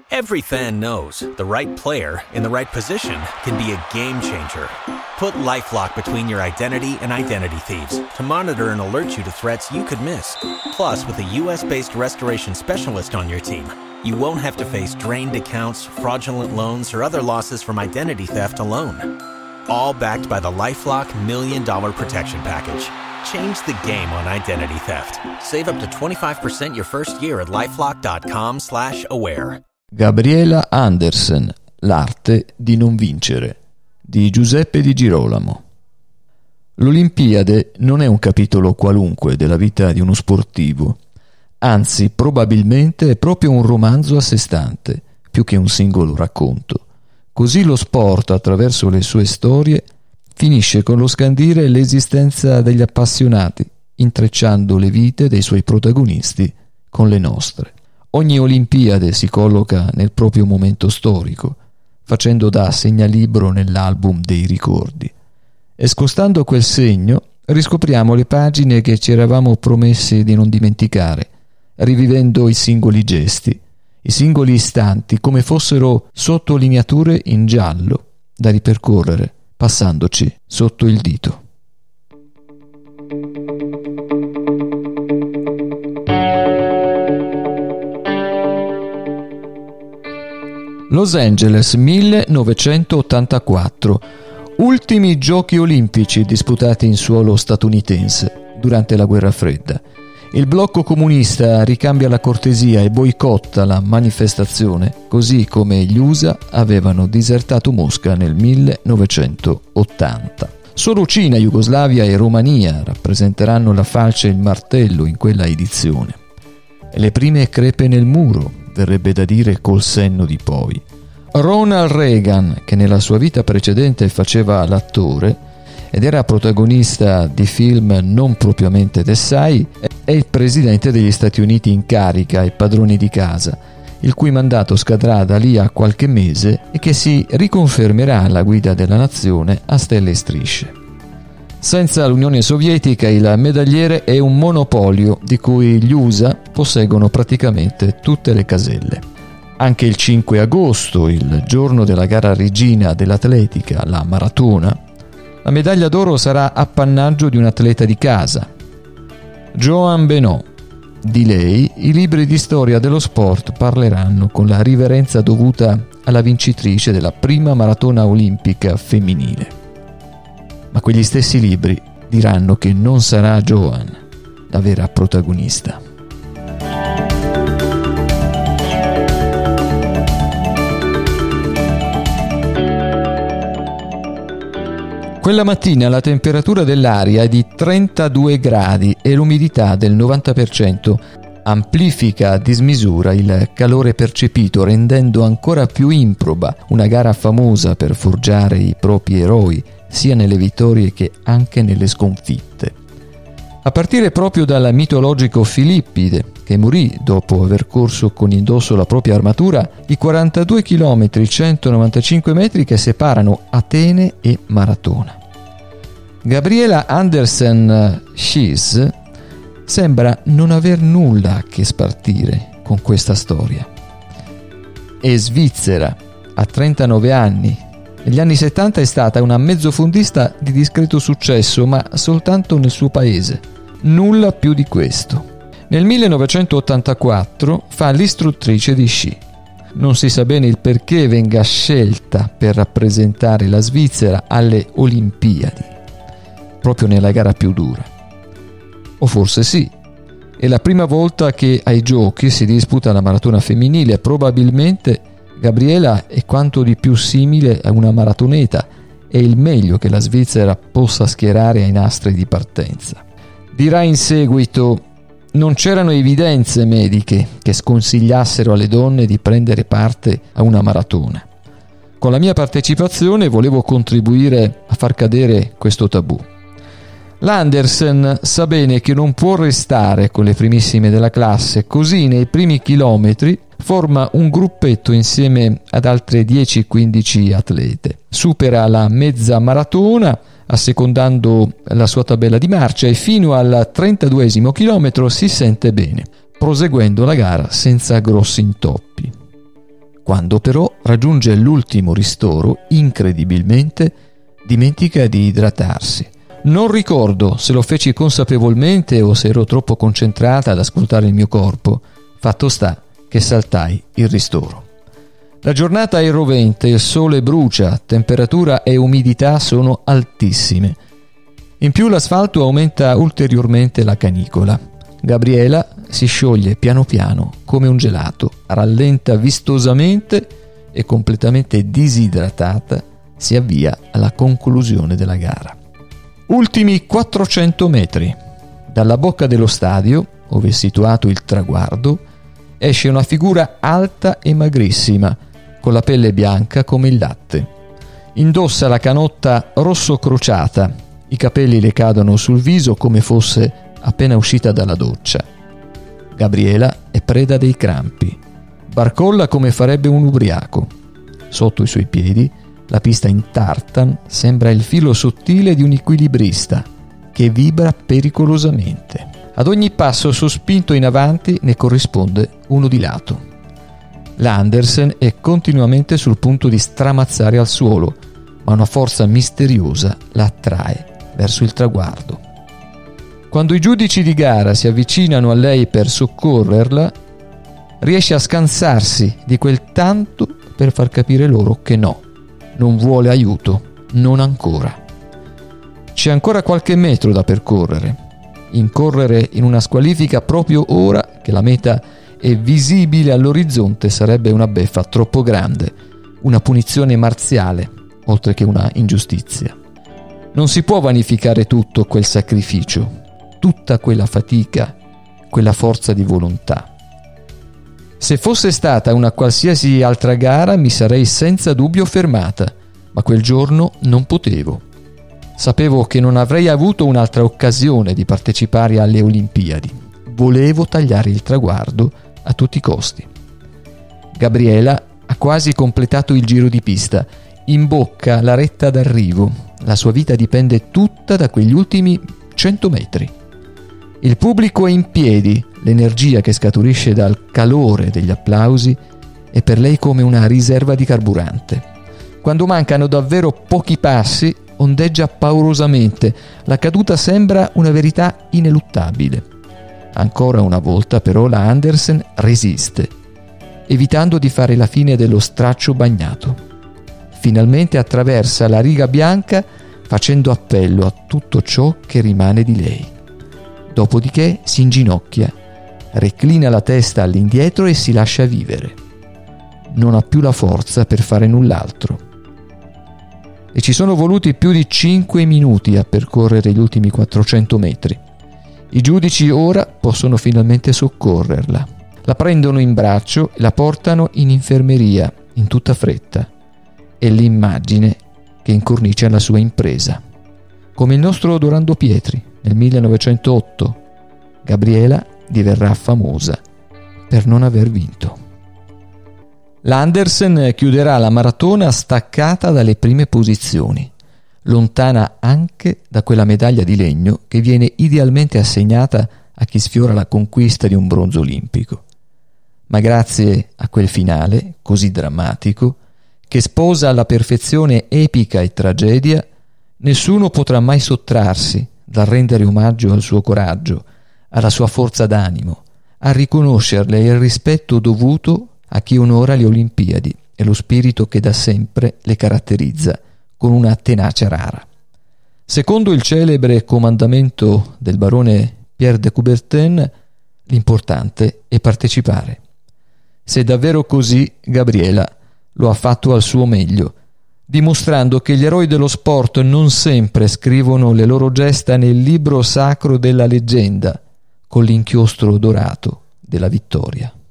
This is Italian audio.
Every fan knows the right player in the right position can be a game changer. Put LifeLock between your identity and identity thieves to monitor and alert you to threats you could miss. Plus, with a U.S.-based restoration specialist on your team, you won't have to face drained accounts, fraudulent loans, or other losses from identity theft alone. All backed by the LifeLock $1 Million Protection Package. Change the game on identity theft. Save up to 25% your first year at LifeLock.com/aware. Gabriela Andersen, l'arte di non vincere, di Giuseppe Di Girolamo. L'Olimpiade non è un capitolo qualunque della vita di uno sportivo, anzi probabilmente è proprio un romanzo a sé stante, più che un singolo racconto. Così lo sport, attraverso le sue storie, finisce con lo scandire l'esistenza degli appassionati, intrecciando le vite dei suoi protagonisti con le nostre. Ogni Olimpiade si colloca nel proprio momento storico, facendo da segnalibro nell'album dei ricordi. E scostando quel segno, riscopriamo le pagine che ci eravamo promessi di non dimenticare, rivivendo i singoli gesti, i singoli istanti come fossero sottolineature in giallo da ripercorrere, passandoci sotto il dito. Los Angeles 1984, ultimi giochi olimpici disputati in suolo statunitense durante la guerra fredda. Il blocco comunista ricambia la cortesia e boicotta la manifestazione, così come gli USA avevano disertato Mosca nel 1980. Solo Cina, Jugoslavia e Romania rappresenteranno la falce e il martello in quella edizione. E le prime crepe nel muro, verrebbe da dire col senno di poi. Ronald Reagan, che nella sua vita precedente faceva l'attore ed era protagonista di film non propriamente d'assai, è il presidente degli Stati Uniti in carica e padrone di casa, il cui mandato scadrà da lì a qualche mese e che si riconfermerà alla guida della nazione a stelle e strisce. Senza l'Unione Sovietica il medagliere è un monopolio di cui gli USA posseggono praticamente tutte le caselle. Anche il 5 agosto, il giorno della gara regina dell'atletica, la maratona, la medaglia d'oro sarà appannaggio di un atleta di casa, Joan Benoît. Di lei i libri di storia dello sport parleranno con la riverenza dovuta alla vincitrice della prima maratona olimpica femminile. Ma quegli stessi libri diranno che non sarà Joan la vera protagonista. Quella mattina la temperatura dell'aria è di 32 gradi e l'umidità del 90% amplifica a dismisura il calore percepito, rendendo ancora più improba una gara famosa per forgiare i propri eroi, sia nelle vittorie che anche nelle sconfitte. A partire proprio dal mitologico Filippide, che morì dopo aver corso con indosso la propria armatura i 42 km 195 metri che separano Atene e Maratona. Gabriela Andersen Schiess sembra non aver nulla a che spartire con questa storia. È svizzera, ha 39 anni. Negli anni 70 è stata una mezzofondista di discreto successo, ma soltanto nel suo paese. Nulla più di questo. Nel 1984 fa l'istruttrice di sci. Non si sa bene il perché venga scelta per rappresentare la Svizzera alle Olimpiadi, proprio nella gara più dura. O forse sì. È la prima volta che ai giochi si disputa la maratona femminile. Probabilmente Gabriela è quanto di più simile a una maratoneta. È il meglio che la Svizzera possa schierare ai nastri di partenza. Dirà in seguito: non c'erano evidenze mediche che sconsigliassero alle donne di prendere parte a una maratona. Con la mia partecipazione volevo contribuire a far cadere questo tabù. L'Andersen sa bene che non può restare con le primissime della classe, così nei primi chilometri forma un gruppetto insieme ad altre 10-15 atlete. Supera la mezza maratona assecondando la sua tabella di marcia e fino al 32esimo chilometro si sente bene, proseguendo la gara senza grossi intoppi. Quando però raggiunge l'ultimo ristoro, incredibilmente dimentica di idratarsi. Non ricordo se lo feci consapevolmente o se ero troppo concentrata ad ascoltare il mio corpo. Fatto sta che saltai il ristoro. La giornata è rovente, il sole brucia, temperatura e umidità sono altissime. In più l'asfalto aumenta ulteriormente la canicola. Gabriela si scioglie piano piano come un gelato, rallenta vistosamente e completamente disidratata si avvia alla conclusione della gara. Ultimi 400 metri. Dalla bocca dello stadio, ove è situato il traguardo, esce una figura alta e magrissima, con la pelle bianca come il latte. Indossa la canotta rosso crociata, i capelli le cadono sul viso come fosse appena uscita dalla doccia. Gabriela è preda dei crampi. Barcolla come farebbe un ubriaco. Sotto i suoi piedi la pista in tartan sembra il filo sottile di un equilibrista che vibra pericolosamente. Ad ogni passo sospinto in avanti ne corrisponde uno di lato. L'Andersen è continuamente sul punto di stramazzare al suolo, ma una forza misteriosa la attrae verso il traguardo. Quando i giudici di gara si avvicinano a lei per soccorrerla, riesce a scansarsi di quel tanto per far capire loro che no, non vuole aiuto, non ancora. C'è ancora qualche metro da percorrere. Incorrere in una squalifica proprio ora che la meta è visibile all'orizzonte sarebbe una beffa troppo grande, una punizione marziale, oltre che una ingiustizia. Non si può vanificare tutto quel sacrificio, tutta quella fatica, quella forza di volontà. Se fosse stata una qualsiasi altra gara mi sarei senza dubbio fermata, ma quel giorno non potevo. Sapevo che non avrei avuto un'altra occasione di partecipare alle Olimpiadi. Volevo tagliare il traguardo a tutti i costi. Gabriela ha quasi completato il giro di pista, imbocca la retta d'arrivo. La sua vita dipende tutta da quegli ultimi 100 metri. Il pubblico è in piedi, l'energia che scaturisce dal calore degli applausi è per lei come una riserva di carburante. Quando mancano davvero pochi passi, ondeggia paurosamente, la caduta sembra una verità ineluttabile. Ancora una volta però la Andersen resiste, evitando di fare la fine dello straccio bagnato. Finalmente attraversa la riga bianca facendo appello a tutto ciò che rimane di lei. Dopodiché si inginocchia, reclina la testa all'indietro e si lascia vivere. Non ha più la forza per fare null'altro. E ci sono voluti più di 5 minuti a percorrere gli ultimi 400 metri. I giudici ora possono finalmente soccorrerla. La prendono in braccio e la portano in infermeria in tutta fretta. È l'immagine che incornicia la sua impresa. Come il nostro Dorando Pietri nel 1908, Gabriela diverrà famosa per non aver vinto. L'Andersen chiuderà la maratona staccata dalle prime posizioni, lontana anche da quella medaglia di legno che viene idealmente assegnata a chi sfiora la conquista di un bronzo olimpico. Ma grazie a quel finale così drammatico, che sposa alla perfezione epica e tragedia, nessuno potrà mai sottrarsi dal rendere omaggio al suo coraggio, alla sua forza d'animo, a riconoscerle il rispetto dovuto a chi onora le Olimpiadi e lo spirito che da sempre le caratterizza con una tenacia rara. Secondo il celebre comandamento del barone Pierre de Coubertin, l'importante è partecipare. Se è davvero così, Gabriela lo ha fatto al suo meglio, dimostrando che gli eroi dello sport non sempre scrivono le loro gesta nel libro sacro della leggenda, con l'inchiostro dorato della vittoria.